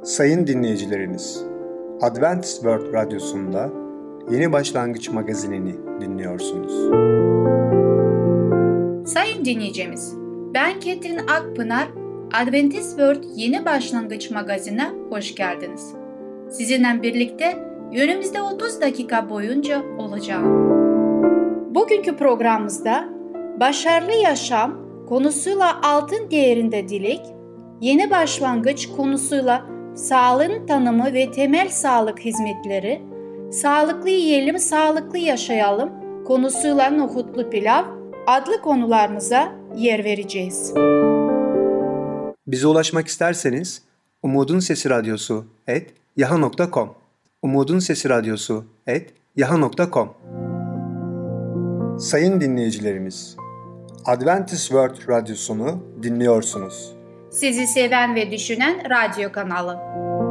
Sayın dinleyicilerimiz, Adventist World Radyosu'nda Yeni Başlangıç magazinini dinliyorsunuz. Sayın dinleyicimiz, ben Ketrin Akpınar, Adventist World Yeni Başlangıç magazine hoş geldiniz. Sizinle birlikte önümüzde 30 dakika boyunca olacağım. Bugünkü programımızda başarılı yaşam konusuyla altın değerinde dilek, yeni başlangıç konusuyla sağlığın tanımı ve temel sağlık hizmetleri, sağlıklı yiyelim, sağlıklı yaşayalım konusuyla nohutlu pilav adlı konularımıza yer vereceğiz. Bize ulaşmak isterseniz umudunsesiradyosu@yahoo.com umudunsesiradyosu@yahoo.com. Sayın dinleyicilerimiz, Adventist World Radyosunu dinliyorsunuz. Sizi seven ve düşünen radyo kanalı.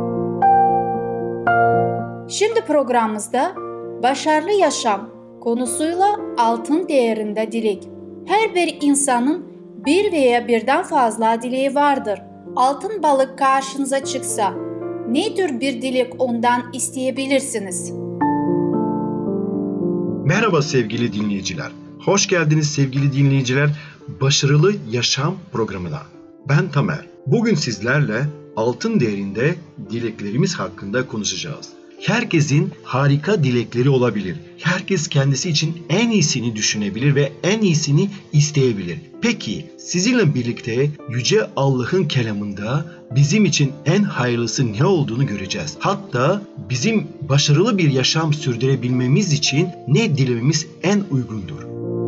Şimdi programımızda başarılı yaşam konusuyla altın değerinde dilek. Her bir insanın bir veya birden fazla dileği vardır. Altın balık karşınıza çıksa ne tür bir dilek ondan isteyebilirsiniz? Merhaba sevgili dinleyiciler. Hoş geldiniz sevgili dinleyiciler. Başarılı Yaşam programına. Ben Tamer. Bugün sizlerle altın değerinde dileklerimiz hakkında konuşacağız. Herkesin harika dilekleri olabilir. Herkes kendisi için en iyisini düşünebilir ve en iyisini isteyebilir. Peki sizinle birlikte Yüce Allah'ın kelamında bizim için en hayırlısı ne olduğunu göreceğiz. Hatta bizim başarılı bir yaşam sürdürebilmemiz için ne dilememiz en uygundur.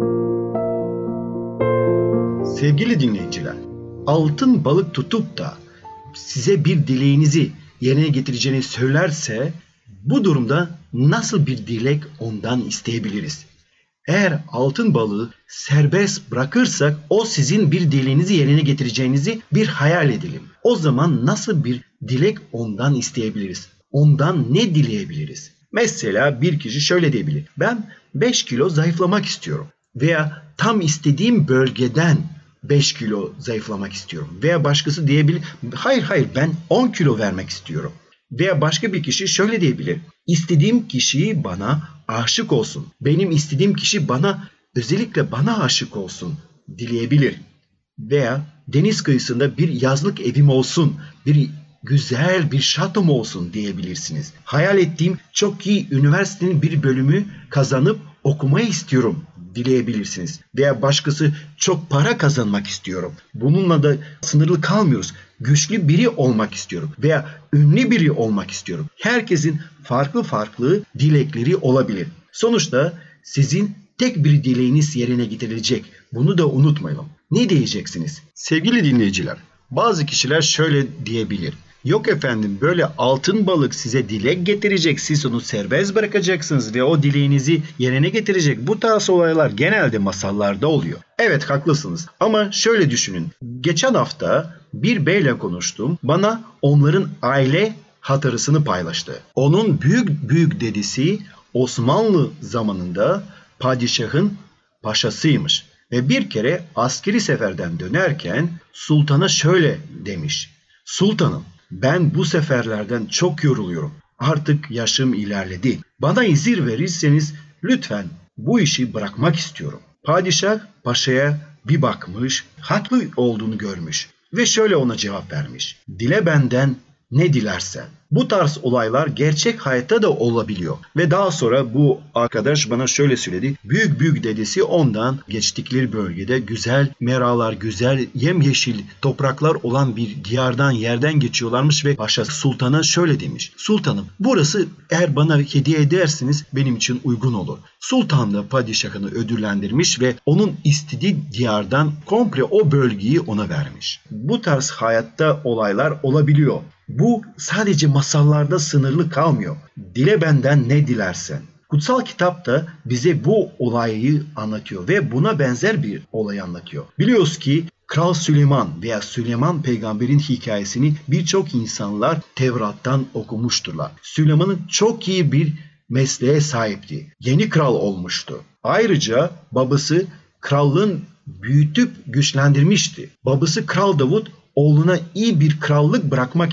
Sevgili dinleyiciler, altın balık tutup da size bir dileğinizi yerine getireceğini söylerse bu durumda nasıl bir dilek ondan isteyebiliriz? Eğer altın balığı serbest bırakırsak o sizin bir dileğinizi yerine getireceğinizi bir hayal edelim. O zaman nasıl bir dilek ondan isteyebiliriz? Ondan ne dileyebiliriz? Mesela bir kişi şöyle diyebilir. Ben 5 kilo zayıflamak istiyorum. Veya tam istediğim bölgeden 5 kilo zayıflamak istiyorum. Veya başkası diyebilir. Hayır ben 10 kilo vermek istiyorum. Veya başka bir kişi şöyle diyebilir. İstediğim kişi bana aşık olsun. Benim istediğim kişi özellikle bana aşık olsun dileyebilir. Veya deniz kıyısında bir yazlık evim olsun, bir güzel bir şatom olsun diyebilirsiniz. Hayal ettiğim çok iyi üniversitenin bir bölümü kazanıp okumayı istiyorum dileyebilirsiniz. Veya başkası çok para kazanmak istiyorum. Bununla da sınırlı kalmıyoruz. Güçlü biri olmak istiyorum veya ünlü biri olmak istiyorum. Herkesin farklı dilekleri olabilir. Sonuçta sizin tek bir dileğiniz yerine getirilecek. Bunu da unutmayalım. Ne diyeceksiniz? Sevgili dinleyiciler, bazı kişiler şöyle diyebilir. Yok efendim, böyle altın balık size dilek getirecek. Siz onu serbest bırakacaksınız ve o dileğinizi yerine getirecek. Bu tarz olaylar genelde masallarda oluyor. Evet, haklısınız. Ama şöyle düşünün. Geçen hafta bir beyle konuştum. Bana onların aile hatırasını paylaştı. Onun büyük dedesi Osmanlı zamanında padişahın paşasıymış. Ve bir kere askeri seferden dönerken sultana şöyle demiş. Sultanım, ben bu seferlerden çok yoruluyorum. Artık yaşım ilerledi. Bana izin verirseniz lütfen bu işi bırakmak istiyorum. Padişah paşaya bir bakmış, haklı olduğunu görmüş ve şöyle ona cevap vermiş. Dile benden ne dilersen. Bu tarz olaylar gerçek hayatta da olabiliyor. Ve daha sonra bu arkadaş bana şöyle söyledi. Büyük dedesi ondan geçtikleri bölgede güzel meralar, güzel yemyeşil topraklar olan bir yerden geçiyorlarmış ve Paşa Sultan'a şöyle demiş. Sultanım, burası eğer bana hediye ederseniz benim için uygun olur. Sultan da padişahını ödüllendirmiş ve onun istediği diyardan komple o bölgeyi ona vermiş. Bu tarz hayatta olaylar olabiliyor. Bu sadece masallarda sınırlı kalmıyor. Dile benden ne dilersen. Kutsal kitap da bize bu olayı anlatıyor ve buna benzer bir olay anlatıyor. Biliyoruz ki Kral Süleyman veya Süleyman peygamberin hikayesini birçok insanlar Tevrat'tan okumuşturlar. Süleyman'ın çok iyi bir mesleğe sahipti. Yeni kral olmuştu. Ayrıca babası krallığın büyütüp güçlendirmişti. Babası Kral Davut oğluna iyi bir krallık bırakmak için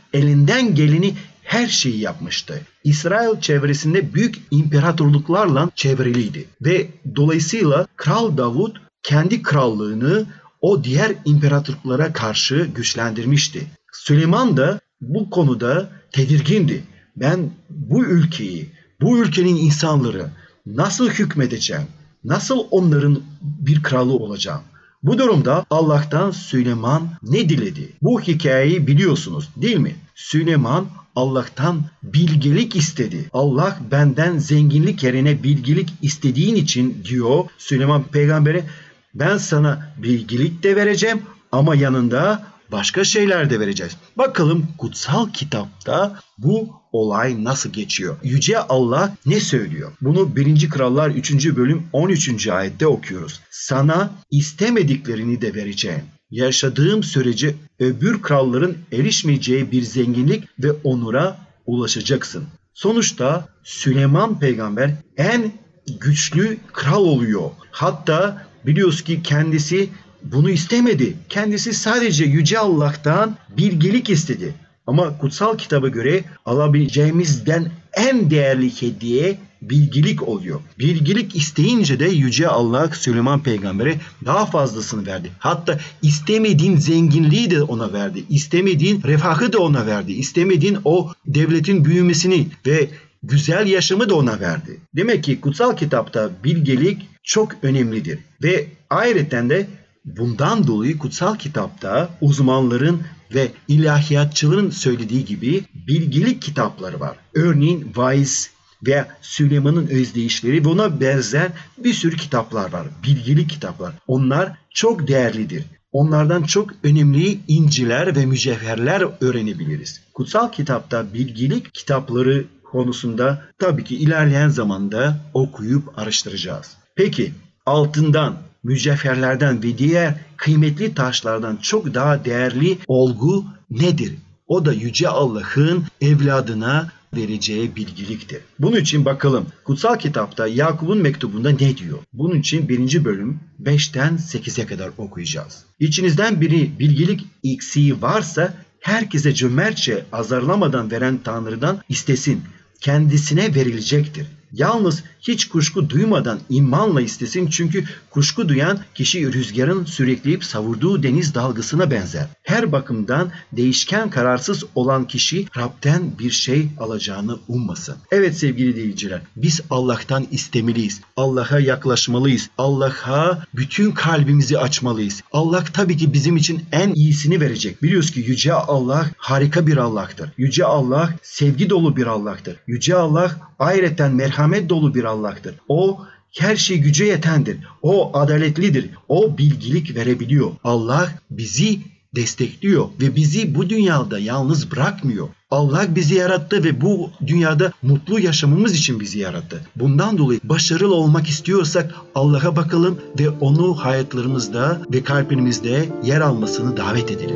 elinden geleni her şeyi yapmıştı. İsrail çevresinde büyük imparatorluklarla çevreliydi ve dolayısıyla Kral Davud kendi krallığını o diğer imparatorluklara karşı güçlendirmişti. Süleyman da bu konuda tedirgindi. Ben bu ülkeyi, bu ülkenin insanları nasıl hükmedeceğim? Nasıl onların bir kralı olacağım? Bu durumda Allah'tan Süleyman ne diledi? Bu hikayeyi biliyorsunuz değil mi? Süleyman Allah'tan bilgelik istedi. Allah benden zenginlik yerine bilgelik istediğin için diyor Süleyman peygambere, ben sana bilgelik de vereceğim ama yanında başka şeyler de vereceğiz. Bakalım kutsal kitapta bu olay nasıl geçiyor? Yüce Allah ne söylüyor? Bunu 1. Krallar 3. bölüm 13. ayette okuyoruz. Sana istemediklerini de vereceğim. Yaşadığım sürece öbür kralların erişmeyeceği bir zenginlik ve onura ulaşacaksın. Sonuçta Süleyman peygamber en güçlü kral oluyor. Hatta biliyoruz ki kendisi bunu istemedi. Kendisi sadece Yüce Allah'tan bilgelik istedi. Ama kutsal kitaba göre alabileceğimizden en değerli hediye bilgelik oluyor. Bilgelik isteyince de Yüce Allah Süleyman peygambere daha fazlasını verdi. Hatta istemediğin zenginliği de ona verdi. İstemediğin refahı da ona verdi. İstemediğin o devletin büyümesini ve güzel yaşamı da ona verdi. Demek ki kutsal kitapta bilgelik çok önemlidir. Ve ayrıca de bundan dolayı kutsal kitapta uzmanların ve ilahiyatçıların söylediği gibi bilgelik kitapları var. Örneğin Vaiz veya Süleyman'ın özdeyişleri ve ona benzer bir sürü kitaplar var. Bilgelik kitaplar. Onlar çok değerlidir. Onlardan çok önemli inciler ve mücevherler öğrenebiliriz. Kutsal kitapta bilgelik kitapları konusunda tabii ki ilerleyen zamanda okuyup araştıracağız. Peki altından, mücevherlerden ve diğer kıymetli taşlardan çok daha değerli olgu nedir? O da Yüce Allah'ın evladına vereceği bilgeliktir. Bunun için bakalım kutsal kitapta Yakup'un mektubunda ne diyor? Bunun için 1. bölüm 5'ten 8'e kadar okuyacağız. İçinizden biri bilgelik eksiği varsa herkese cömertçe azarlamadan veren Tanrı'dan istesin. Kendisine verilecektir. Yalnız hiç kuşku duymadan imanla istesin, çünkü kuşku duyan kişi rüzgarın sürükleyip savurduğu deniz dalgasına benzer. Her bakımdan değişken, kararsız olan kişi Rab'den bir şey alacağını ummasın. Evet sevgili dinleyiciler, biz Allah'tan istemeliyiz. Allah'a yaklaşmalıyız. Allah'a bütün kalbimizi açmalıyız. Allah tabii ki bizim için en iyisini verecek. Biliyoruz ki Yüce Allah harika bir Allah'tır. Yüce Allah sevgi dolu bir Allah'tır. Yüce Allah ayrıca merhamet dolu bir Allah'tır. O her şey güce yetendir. O adaletlidir. O bilgelik verebiliyor. Allah bizi destekliyor ve bizi bu dünyada yalnız bırakmıyor. Allah bizi yarattı ve bu dünyada mutlu yaşamamız için bizi yarattı. Bundan dolayı başarılı olmak istiyorsak Allah'a bakalım ve onu hayatlarımızda ve kalbimizde yer almasını davet edelim.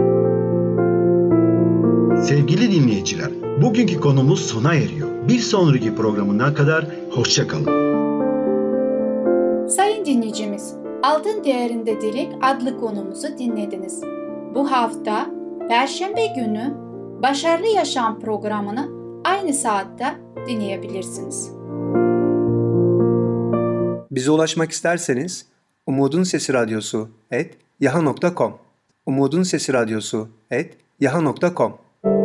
Sevgili dinleyiciler, bugünkü konumuz sona eriyor. Bir sonraki programına kadar hoşça kalın. Sayın dinleyicimiz, Altın Değerinde Dilek adlı konumuzu dinlediniz. Bu hafta Perşembe günü Başarılı Yaşam programını aynı saatte dinleyebilirsiniz. Bize ulaşmak isterseniz umudunsesiradyosu@yaha.com umudunsesiradyosu@yaha.com.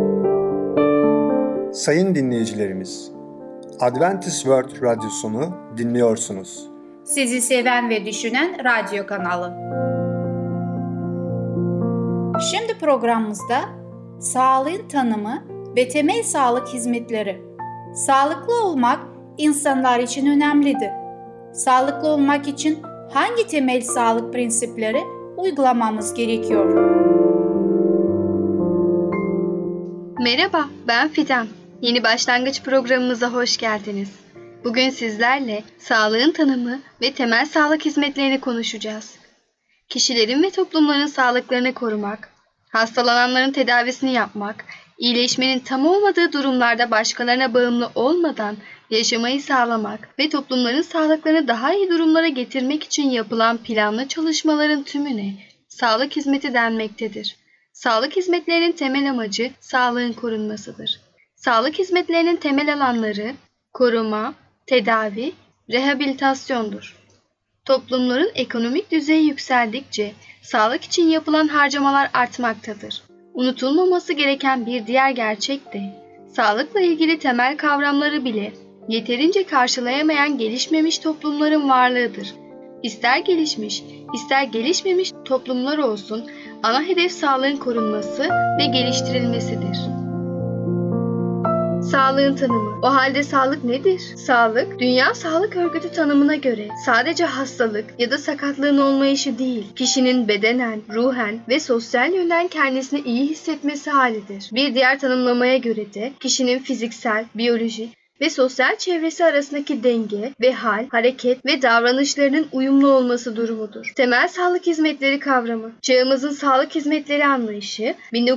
Sayın dinleyicilerimiz, Adventist World Radyosunu dinliyorsunuz. Sizi seven ve düşünen radyo kanalı. Şimdi programımızda sağlığın tanımı ve temel sağlık hizmetleri. Sağlıklı olmak insanlar için önemlidir. Sağlıklı olmak için hangi temel sağlık prensipleri uygulamamız gerekiyor? Merhaba, ben Fidan. Yeni başlangıç programımıza hoş geldiniz. Bugün sizlerle sağlığın tanımı ve temel sağlık hizmetlerini konuşacağız. Kişilerin ve toplumların sağlıklarını korumak, hastalananların tedavisini yapmak, iyileşmenin tam olmadığı durumlarda başkalarına bağımlı olmadan yaşamayı sağlamak ve toplumların sağlıklarını daha iyi durumlara getirmek için yapılan planlı çalışmaların tümüne sağlık hizmeti denmektedir. Sağlık hizmetlerinin temel amacı sağlığın korunmasıdır. Sağlık hizmetlerinin temel alanları koruma, tedavi, rehabilitasyondur. Toplumların ekonomik düzeyi yükseldikçe sağlık için yapılan harcamalar artmaktadır. Unutulmaması gereken bir diğer gerçek de sağlıkla ilgili temel kavramları bile yeterince karşılayamayan gelişmemiş toplumların varlığıdır. İster gelişmiş, ister gelişmemiş toplumlar olsun, ana hedef sağlığın korunması ve geliştirilmesidir. Sağlığın tanımı. O halde sağlık nedir? Sağlık, Dünya Sağlık Örgütü tanımına göre sadece hastalık ya da sakatlığın olmayışı değil, kişinin bedenen, ruhen ve sosyal yönden kendisini iyi hissetmesi halidir. Bir diğer tanımlamaya göre de kişinin fiziksel, biyolojik ve sosyal çevresi arasındaki denge ve hal, hareket ve davranışlarının uyumlu olması durumudur. Temel sağlık hizmetleri kavramı. Çağımızın sağlık hizmetleri anlayışı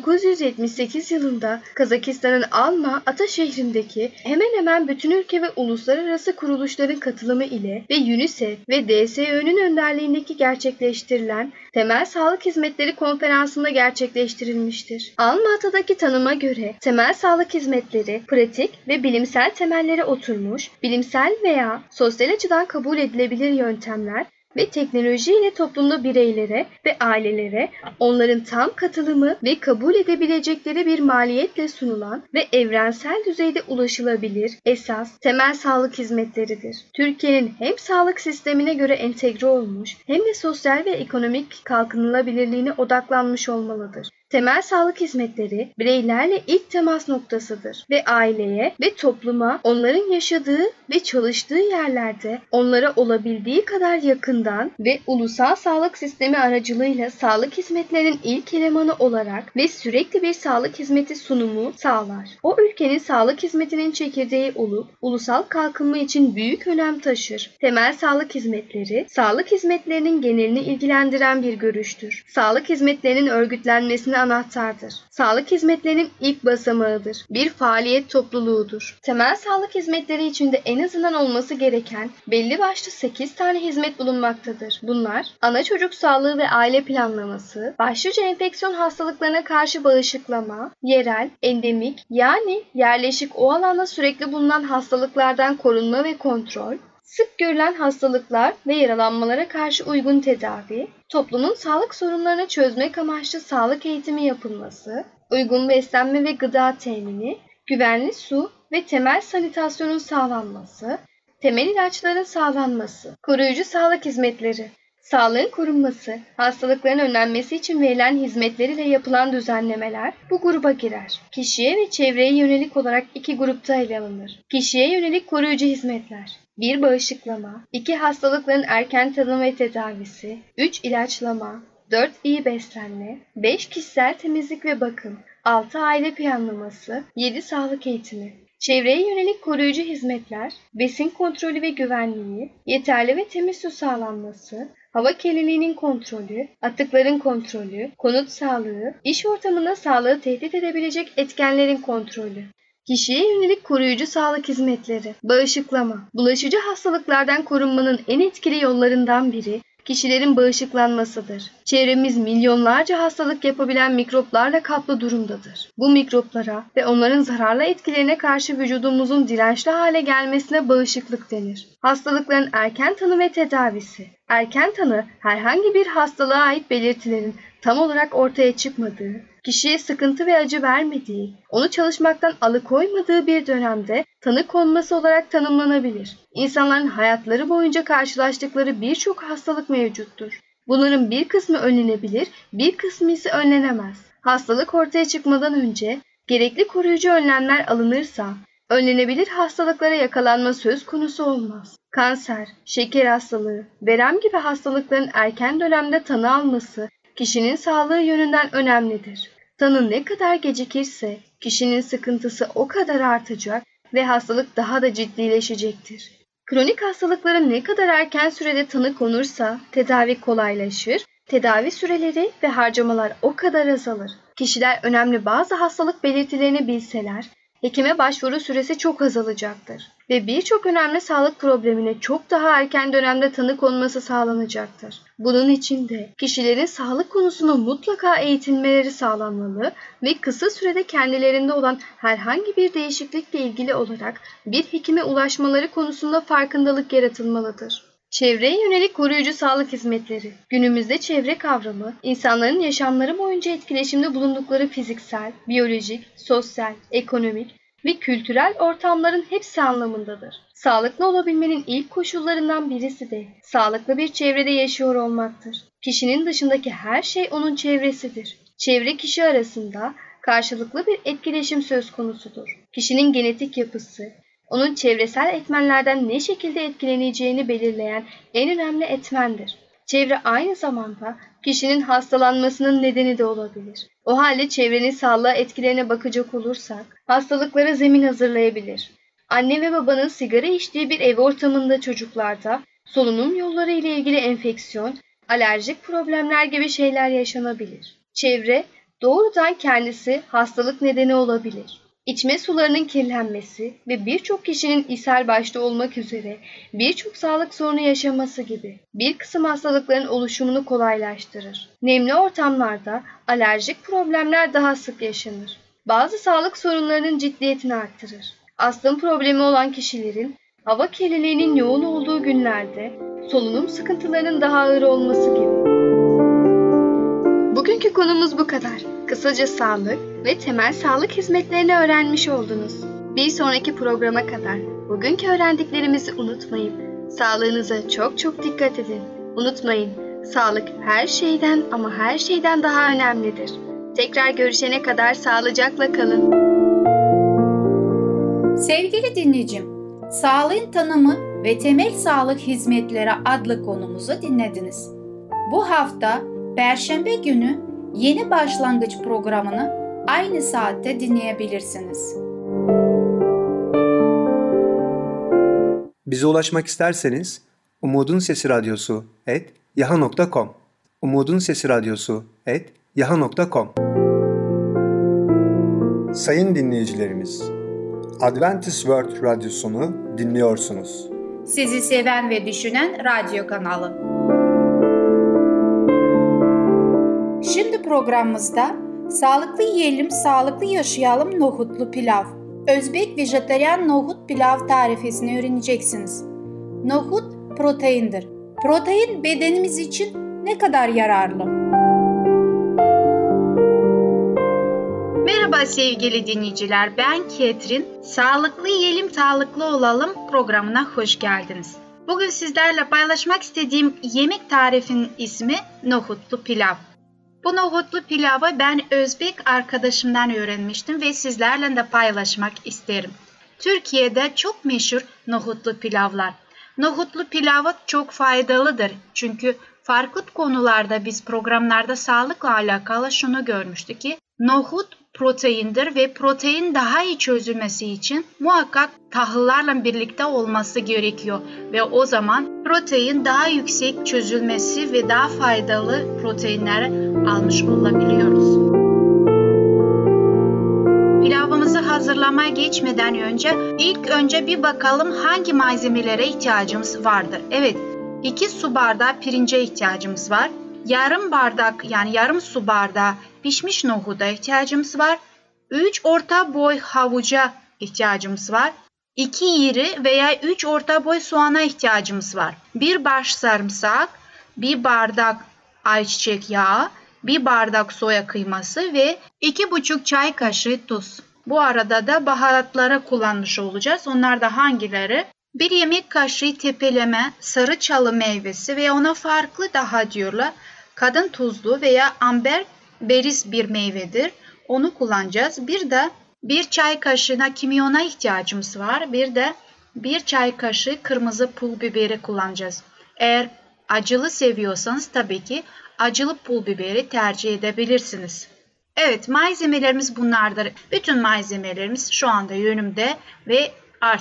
1978 yılında Kazakistan'ın Alma Ata şehrindeki hemen hemen bütün ülke ve uluslararası kuruluşların katılımı ile ve UNICEF ve DSÖ'nün önderliğindeki gerçekleştirilen Temel Sağlık Hizmetleri Konferansı'nda gerçekleştirilmiştir. Alma Ata'daki tanıma göre temel sağlık hizmetleri pratik ve bilimsel temellere oturmuş, bilimsel veya sosyal açıdan kabul edilebilir yöntemler ve teknoloji ile toplumda bireylere ve ailelere onların tam katılımı ve kabul edebilecekleri bir maliyetle sunulan ve evrensel düzeyde ulaşılabilir esas temel sağlık hizmetleridir. Türkiye'nin hem sağlık sistemine göre entegre olmuş hem de sosyal ve ekonomik kalkınılabilirliğine odaklanmış olmalıdır. Temel sağlık hizmetleri bireylerle ilk temas noktasıdır ve aileye ve topluma onların yaşadığı ve çalıştığı yerlerde onlara olabildiği kadar yakından ve ulusal sağlık sistemi aracılığıyla sağlık hizmetlerinin ilk elemanı olarak ve sürekli bir sağlık hizmeti sunumu sağlar. O ülkenin sağlık hizmetinin çekirdeği olup ulusal kalkınma için büyük önem taşır. Temel sağlık hizmetleri, sağlık hizmetlerinin genelini ilgilendiren bir görüştür. Sağlık hizmetlerinin örgütlenmesine anahtardır. Sağlık hizmetlerinin ilk basamağıdır. Bir faaliyet topluluğudur. Temel sağlık hizmetleri içinde en azından olması gereken belli başlı 8 tane hizmet bulunmaktadır. Bunlar ana çocuk sağlığı ve aile planlaması, başlıca enfeksiyon hastalıklarına karşı bağışıklama, yerel, endemik yani yerleşik o alanda sürekli bulunan hastalıklardan korunma ve kontrol, sık görülen hastalıklar ve yaralanmalara karşı uygun tedavi, toplumun sağlık sorunlarını çözmek amaçlı sağlık eğitimi yapılması, uygun beslenme ve gıda temini, güvenli su ve temel sanitasyonun sağlanması, temel ilaçların sağlanması, koruyucu sağlık hizmetleri, sağlığın korunması, hastalıkların önlenmesi için verilen hizmetleriyle yapılan düzenlemeler bu gruba girer. Kişiye ve çevreye yönelik olarak iki grupta ele alınır. Kişiye yönelik koruyucu hizmetler. 1. Bağışıklama, 2. Hastalıkların erken tanı ve tedavisi, 3. ilaçlama, 4. iyi beslenme, 5. kişisel temizlik ve bakım, 6. aile planlaması, 7. sağlık eğitimi. Çevreye yönelik koruyucu hizmetler, besin kontrolü ve güvenliği, yeterli ve temiz su sağlanması, hava kirliliğinin kontrolü, atıkların kontrolü, konut sağlığı, iş ortamında sağlığı tehdit edebilecek etkenlerin kontrolü. Kişiye yönelik koruyucu sağlık hizmetleri, bağışıklama, bulaşıcı hastalıklardan korunmanın en etkili yollarından biri kişilerin bağışıklanmasıdır. Çevremiz milyonlarca hastalık yapabilen mikroplarla kaplı durumdadır. Bu mikroplara ve onların zararlı etkilerine karşı vücudumuzun dirençli hale gelmesine bağışıklık denir. Hastalıkların erken tanı ve tedavisi. Erken tanı, herhangi bir hastalığa ait belirtilerin tam olarak ortaya çıkmadığı, kişiye sıkıntı ve acı vermediği, onu çalışmaktan alıkoymadığı bir dönemde tanı konması olarak tanımlanabilir. İnsanların hayatları boyunca karşılaştıkları birçok hastalık mevcuttur. Bunların bir kısmı önlenebilir, bir kısmı ise önlenemez. Hastalık ortaya çıkmadan önce gerekli koruyucu önlemler alınırsa, önlenebilir hastalıklara yakalanma söz konusu olmaz. Kanser, şeker hastalığı, verem gibi hastalıkların erken dönemde tanı alması, kişinin sağlığı yönünden önemlidir. Tanı ne kadar gecikirse kişinin sıkıntısı o kadar artacak ve hastalık daha da ciddileşecektir. Kronik hastalıklara ne kadar erken sürede tanı konursa tedavi kolaylaşır, tedavi süreleri ve harcamalar o kadar azalır. Kişiler önemli bazı hastalık belirtilerini bilseler, Hekime başvuru süresi çok azalacaktır ve birçok önemli sağlık problemine çok daha erken dönemde tanı konması sağlanacaktır. Bunun için de kişilerin sağlık konusunda mutlaka eğitilmeleri sağlanmalı ve kısa sürede kendilerinde olan herhangi bir değişiklikle ilgili olarak bir hekime ulaşmaları konusunda farkındalık yaratılmalıdır. Çevreye yönelik koruyucu sağlık hizmetleri. Günümüzde çevre kavramı, insanların yaşamları boyunca etkileşimde bulundukları fiziksel, biyolojik, sosyal, ekonomik ve kültürel ortamların hepsi anlamındadır. Sağlıklı olabilmenin ilk koşullarından birisi de sağlıklı bir çevrede yaşıyor olmaktır. Kişinin dışındaki her şey onun çevresidir. Çevre kişi arasında karşılıklı bir etkileşim söz konusudur. Kişinin genetik yapısı, onun çevresel etmenlerden ne şekilde etkileneceğini belirleyen en önemli etmendir. Çevre aynı zamanda kişinin hastalanmasının nedeni de olabilir. O halde çevrenin sağlığa etkilerine bakacak olursak, hastalıklara zemin hazırlayabilir. Anne ve babanın sigara içtiği bir ev ortamında çocuklarda solunum yolları ile ilgili enfeksiyon, alerjik problemler gibi şeyler yaşanabilir. Çevre doğrudan kendisi hastalık nedeni olabilir. İçme sularının kirlenmesi ve birçok kişinin ishal başta olmak üzere birçok sağlık sorunu yaşaması gibi bir kısım hastalıkların oluşumunu kolaylaştırır. Nemli ortamlarda alerjik problemler daha sık yaşanır. Bazı sağlık sorunlarının ciddiyetini arttırır. Astım problemi olan kişilerin hava kirliliğinin yoğun olduğu günlerde solunum sıkıntılarının daha ağır olması gibi. Bugünkü konumuz bu kadar. Kısaca sağlık ve temel sağlık hizmetlerini öğrenmiş oldunuz. Bir sonraki programa kadar bugünkü öğrendiklerimizi unutmayın. Sağlığınıza çok çok dikkat edin. Unutmayın, sağlık her şeyden ama her şeyden daha önemlidir. Tekrar görüşene kadar sağlıcakla kalın. Sevgili dinleyicim, sağlığın tanımı ve temel sağlık hizmetleri adlı konumuzu dinlediniz. Bu hafta Perşembe günü Yeni Başlangıç programını aynı saatte dinleyebilirsiniz. Bize ulaşmak isterseniz umudunsesiradyosu@yaha.com umudunsesiradyosu@yaha.com Sayın dinleyicilerimiz, Adventist World Radyosunu dinliyorsunuz. Sizi seven ve düşünen radyo kanalı. Şimdi programımızda Sağlıklı Yiyelim, Sağlıklı Yaşayalım nohutlu pilav, Özbek vejetaryen nohut pilav tarifesini öğreneceksiniz. Nohut proteindir. Protein bedenimiz için ne kadar yararlı? Merhaba sevgili dinleyiciler, ben Ketrin. Sağlıklı Yiyelim, Sağlıklı Olalım programına hoş geldiniz. Bugün sizlerle paylaşmak istediğim yemek tarifinin ismi nohutlu pilav. Bu nohutlu pilavı ben Özbek arkadaşımdan öğrenmiştim ve sizlerle de paylaşmak isterim. Türkiye'de çok meşhur nohutlu pilavlar. Nohutlu pilavı çok faydalıdır. Çünkü farklı konularda biz programlarda sağlıkla alakalı şunu görmüştük ki nohut proteindir ve protein daha iyi çözülmesi için muhakkak tahıllarla birlikte olması gerekiyor. Ve o zaman protein daha yüksek çözülmesi ve daha faydalı proteinleri almış olabiliyoruz. Pilavımızı hazırlamaya geçmeden ilk önce bir bakalım hangi malzemelere ihtiyacımız vardır. Evet, 2 su bardağı pirince ihtiyacımız var. Yarım su bardağı pişmiş nohuda ihtiyacımız var. 3 orta boy havuca ihtiyacımız var. 2 iri veya 3 orta boy soğana ihtiyacımız var. 1 baş sarımsak, 1 bardak ayçiçek yağı, 1 bardak soya kıyması ve 2,5 çay kaşığı tuz. Bu arada da baharatları kullanmış olacağız. Onlar da hangileri? 1 yemek kaşığı tepeleme sarı çalı meyvesi ve ona farklı daha diyorlar. Kadın tuzlu veya amber beriz bir meyvedir. Onu kullanacağız. Bir de 1 çay kaşığına kimyona ihtiyacımız var. Bir de 1 çay kaşığı kırmızı pul biberi kullanacağız. Eğer acılı seviyorsanız tabii ki acılı pul biberi tercih edebilirsiniz. Evet, malzemelerimiz bunlardır. Bütün malzemelerimiz şu anda önümde ve artık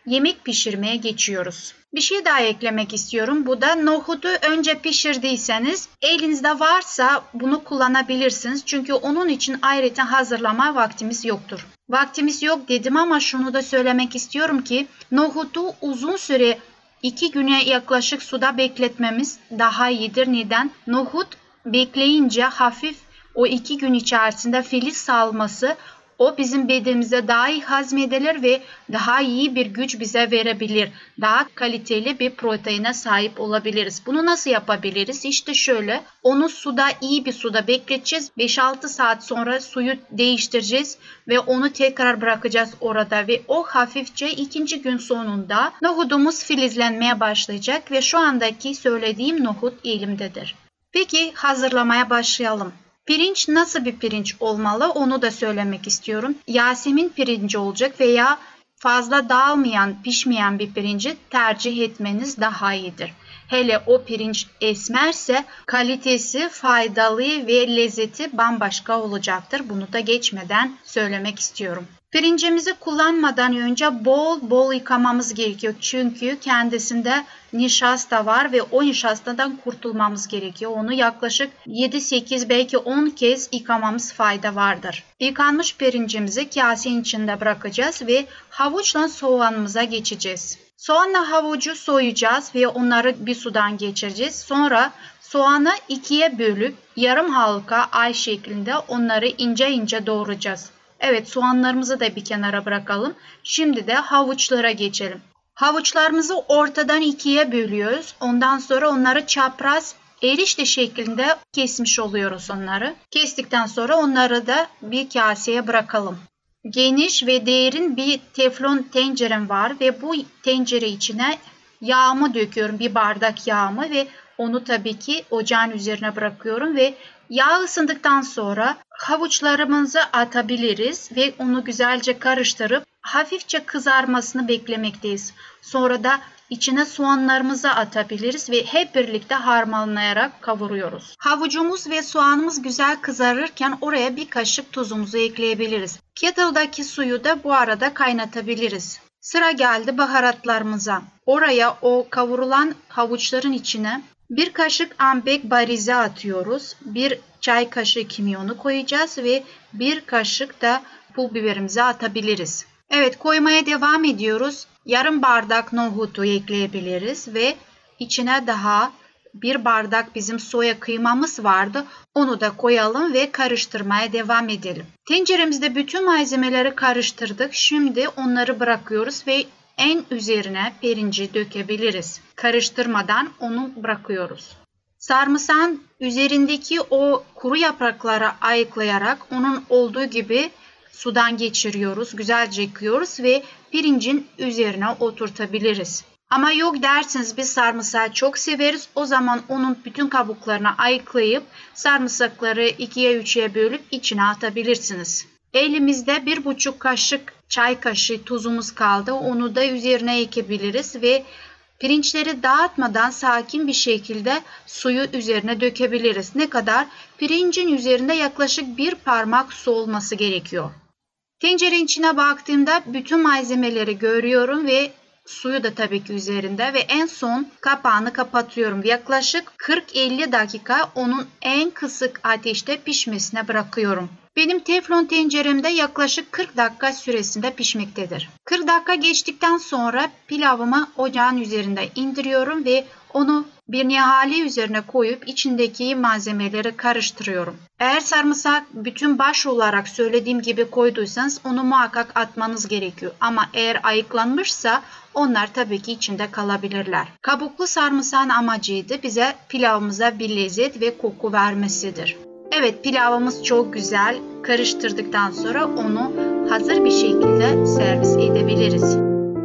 yemek pişirmeye geçiyoruz. Bir şey daha eklemek istiyorum. Bu da nohudu önce pişirdiyseniz elinizde varsa bunu kullanabilirsiniz. Çünkü onun için ayrıca hazırlama vaktimiz yoktur. Vaktimiz yok dedim ama şunu da söylemek istiyorum ki nohudu uzun süre 2 güne yaklaşık suda bekletmemiz daha iyidir. Neden? Nohut bekleyince hafif o 2 gün içerisinde filiz salması o bizim bedenimize daha iyi hazmedilir ve daha iyi bir güç bize verebilir. Daha kaliteli bir proteine sahip olabiliriz. Bunu nasıl yapabiliriz? İşte şöyle, onu iyi bir suda bekleteceğiz. 5-6 saat sonra suyu değiştireceğiz ve onu tekrar bırakacağız orada ve o hafifçe 2. gün sonunda nohudumuz filizlenmeye başlayacak ve şu andaki söylediğim nohut elimdedir. Peki hazırlamaya başlayalım. Pirinç nasıl bir pirinç olmalı onu da söylemek istiyorum. Yasemin pirinci olacak veya fazla dağılmayan, pişmeyen bir pirinci tercih etmeniz daha iyidir. Hele o pirinç esmerse kalitesi, faydalı ve lezzeti bambaşka olacaktır. Bunu da geçmeden söylemek istiyorum. Pirincimizi kullanmadan önce bol bol yıkamamız gerekiyor. Çünkü kendisinde nişasta var ve o nişastadan kurtulmamız gerekiyor. Onu yaklaşık 7-8 belki 10 kez yıkamamız fayda vardır. Yıkanmış pirincimizi kasenin içinde bırakacağız ve havuçla soğanımıza geçeceğiz. Soğanla havucu soyacağız ve onları bir sudan geçireceğiz. Sonra soğanı 2'ye bölüp yarım halka ay şeklinde onları ince ince doğrayacağız. Evet, soğanlarımızı da bir kenara bırakalım. Şimdi de havuçlara geçelim. Havuçlarımızı ortadan 2'ye bölüyoruz. Ondan sonra onları çapraz erişte şeklinde kesmiş oluyoruz onları. Kestikten sonra onları da bir kaseye bırakalım. Geniş ve derin bir teflon tencerem var ve bu tencere içine yağımı döküyorum. Bir bardak yağımı ve onu tabii ki ocağın üzerine bırakıyorum ve yağ ısındıktan sonra havuçlarımızı atabiliriz ve onu güzelce karıştırıp hafifçe kızarmasını beklemekteyiz. Sonra da içine soğanlarımızı atabiliriz ve hep birlikte harmanlayarak kavuruyoruz. Havucumuz ve soğanımız güzel kızarırken oraya bir kaşık tuzumuzu ekleyebiliriz. Kettle'daki suyu da bu arada kaynatabiliriz. Sıra geldi baharatlarımıza. Oraya o kavurulan havuçların içine bir kaşık ambek barize atıyoruz. Bir çay kaşığı kimyonu koyacağız ve bir kaşık da pul biberimizi atabiliriz. Evet, koymaya devam ediyoruz. Yarım bardak nohutu ekleyebiliriz ve içine daha bir bardak bizim soya kıymamız vardı. Onu da koyalım ve karıştırmaya devam edelim. Tenceremizde bütün malzemeleri karıştırdık. Şimdi onları bırakıyoruz ve en üzerine pirinci dökebiliriz. Karıştırmadan onu bırakıyoruz. Sarımsağın üzerindeki o kuru yaprakları ayıklayarak onun olduğu gibi sudan geçiriyoruz. Güzelce yıkıyoruz ve pirincin üzerine oturtabiliriz. Ama yok derseniz biz sarımsağı çok severiz. O zaman onun bütün kabuklarını ayıklayıp sarımsakları 2'ye 3'e bölüp içine atabilirsiniz. Elimizde 1,5 kaşık çay kaşığı tuzumuz kaldı. Onu da üzerine ekebiliriz ve pirinçleri dağıtmadan sakin bir şekilde suyu üzerine dökebiliriz. Ne kadar? Pirincin üzerinde yaklaşık bir parmak su olması gerekiyor. Tencerenin içine baktığımda bütün malzemeleri görüyorum ve suyu da tabii ki üzerinde ve en son kapağını kapatıyorum. Yaklaşık 40-50 dakika onun en kısık ateşte pişmesine bırakıyorum. Benim teflon tenceremde yaklaşık 40 dakika süresinde pişmektedir. 40 dakika geçtikten sonra pilavımı ocağın üzerinde indiriyorum ve onu bir nihali üzerine koyup içindeki malzemeleri karıştırıyorum. Eğer sarımsak bütün baş olarak söylediğim gibi koyduysanız onu muhakkak atmanız gerekiyor. Ama eğer ayıklanmışsa onlar tabii ki içinde kalabilirler. Kabuklu sarımsağın amacıydı bize pilavımıza bir lezzet ve koku vermesidir. Evet, pilavımız çok güzel. Karıştırdıktan sonra onu hazır bir şekilde servis edebiliriz.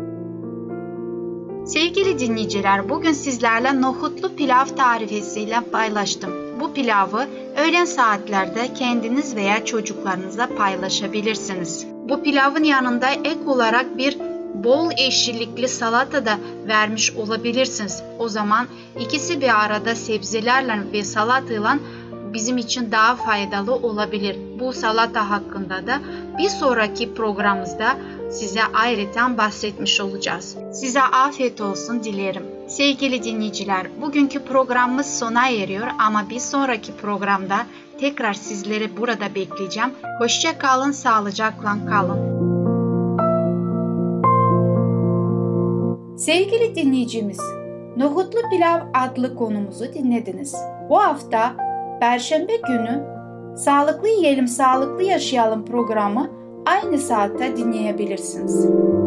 Sevgili dinleyiciler, bugün sizlerle nohutlu pilav tarifesiyle paylaştım. Bu pilavı öğlen saatlerde kendiniz veya çocuklarınızla paylaşabilirsiniz. Bu pilavın yanında ek olarak bir bol yeşillikli salata da vermiş olabilirsiniz. O zaman ikisi bir arada sebzelerle ve salatayla bizim için daha faydalı olabilir. Bu salata hakkında da bir sonraki programımızda size ayrıca bahsetmiş olacağız. Size afiyet olsun dilerim. Sevgili dinleyiciler, bugünkü programımız sona eriyor ama bir sonraki programda tekrar sizleri burada bekleyeceğim. Hoşça kalın, sağlıcakla kalın. Sevgili dinleyicimiz, Nohutlu Pilav adlı konumuzu dinlediniz. Bu hafta Perşembe günü Sağlıklı Yiyelim, Sağlıklı Yaşayalım programı aynı saatte dinleyebilirsiniz.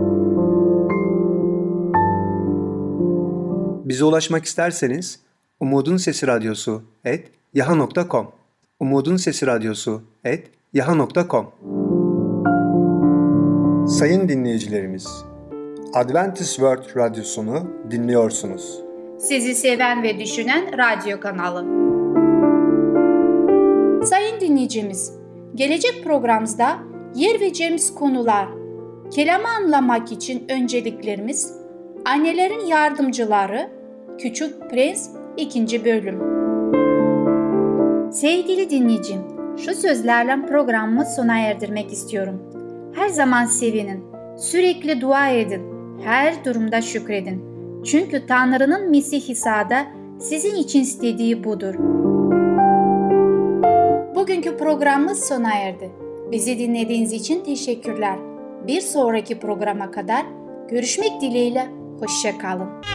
Bize ulaşmak isterseniz umudunsesiradyosu@yaha.com umudunsesiradyosu@yaha.com Sayın dinleyicilerimiz, Adventist World Radyosunu dinliyorsunuz. Sizi seven ve düşünen radyo kanalı. Sayın dinleyicimiz, gelecek programımızda yer vereceğimiz konular, kelamı anlamak için önceliklerimiz, annelerin yardımcıları, Küçük Prens 2. bölüm. Sevgili dinleyicim, şu sözlerle programımı sona erdirmek istiyorum. Her zaman sevinin, sürekli dua edin, her durumda şükredin. Çünkü Tanrı'nın Mesih İsa'da sizin için istediği budur. Bugünkü programımız sona erdi. Bizi dinlediğiniz için teşekkürler. Bir sonraki programa kadar görüşmek dileğiyle, hoşça kalın.